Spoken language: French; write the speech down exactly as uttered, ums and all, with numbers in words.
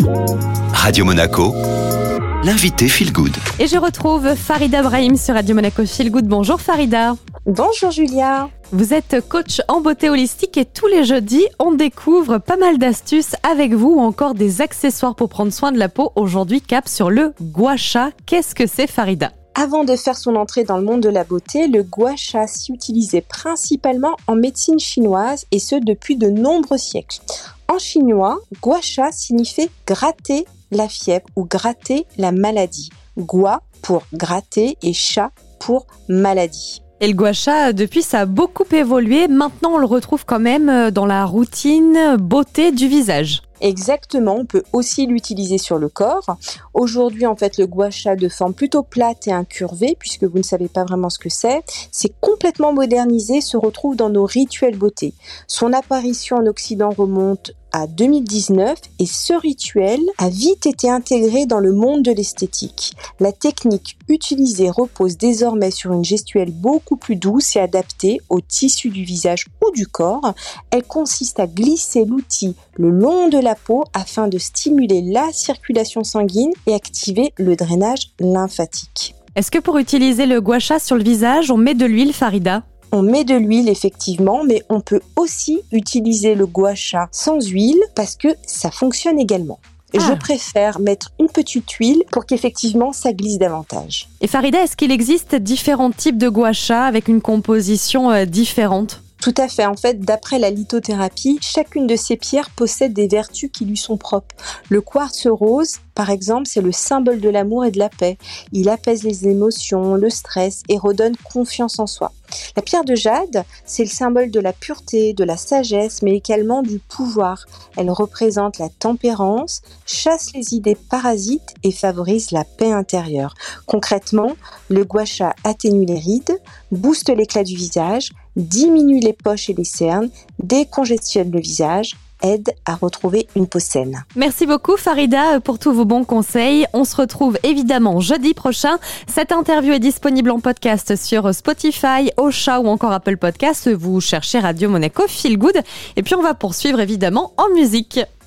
Radio Monaco, l'invité Feel Good. Et je retrouve Farida Brahim sur Radio Monaco Feel Good. Bonjour Farida. Bonjour Julia. Vous êtes coach en beauté holistique et tous les jeudis, on découvre pas mal d'astuces avec vous ou encore des accessoires pour prendre soin de la peau. Aujourd'hui, cap sur le gua sha. Qu'est-ce que c'est Farida ? Avant de faire son entrée dans le monde de la beauté, le gua sha s'y utilisait principalement en médecine chinoise et ce depuis de nombreux siècles. En chinois, gua sha signifie gratter la fièvre ou gratter la maladie. Gua pour gratter et sha pour maladie. Et le gua sha, depuis, ça a beaucoup évolué. Maintenant, on le retrouve quand même dans la routine beauté du visage. Exactement, on peut aussi l'utiliser sur le corps. Aujourd'hui, en fait, le gua sha de forme plutôt plate et incurvée, puisque vous ne savez pas vraiment ce que c'est, c'est complètement modernisé, se retrouve dans nos rituels beauté. Son apparition en Occident remonte à deux mille dix-neuf et ce rituel a vite été intégré dans le monde de l'esthétique. La technique utilisée repose désormais sur une gestuelle beaucoup plus douce et adaptée au tissu du visage ou du corps. Elle consiste à glisser l'outil le long de la peau afin de stimuler la circulation sanguine et activer le drainage lymphatique. Est-ce que pour utiliser le gua sha sur le visage, on met de l'huile, Farida ? On met de l'huile effectivement, mais on peut aussi utiliser le gua sha sans huile parce que ça fonctionne également. Ah. Je préfère mettre une petite huile pour qu'effectivement ça glisse davantage. Et Farida, est-ce qu'il existe différents types de gua sha avec une composition euh, différente ? Tout à fait. En fait, d'après la lithothérapie, chacune de ces pierres possède des vertus qui lui sont propres. Le quartz rose, par exemple, c'est le symbole de l'amour et de la paix. Il apaise les émotions, le stress et redonne confiance en soi. La pierre de jade, c'est le symbole de la pureté, de la sagesse, mais également du pouvoir. Elle représente la tempérance, chasse les idées parasites et favorise la paix intérieure. Concrètement, le gua sha atténue les rides, booste l'éclat du visage, diminue les poches et les cernes, décongestionne le visage, aide à retrouver une peau saine. Merci beaucoup Farida pour tous vos bons conseils. On se retrouve évidemment jeudi prochain. Cette interview est disponible en podcast sur Spotify, Ocha ou encore Apple Podcasts. Vous cherchez Radio Monaco Feel Good. Et puis on va poursuivre évidemment en musique.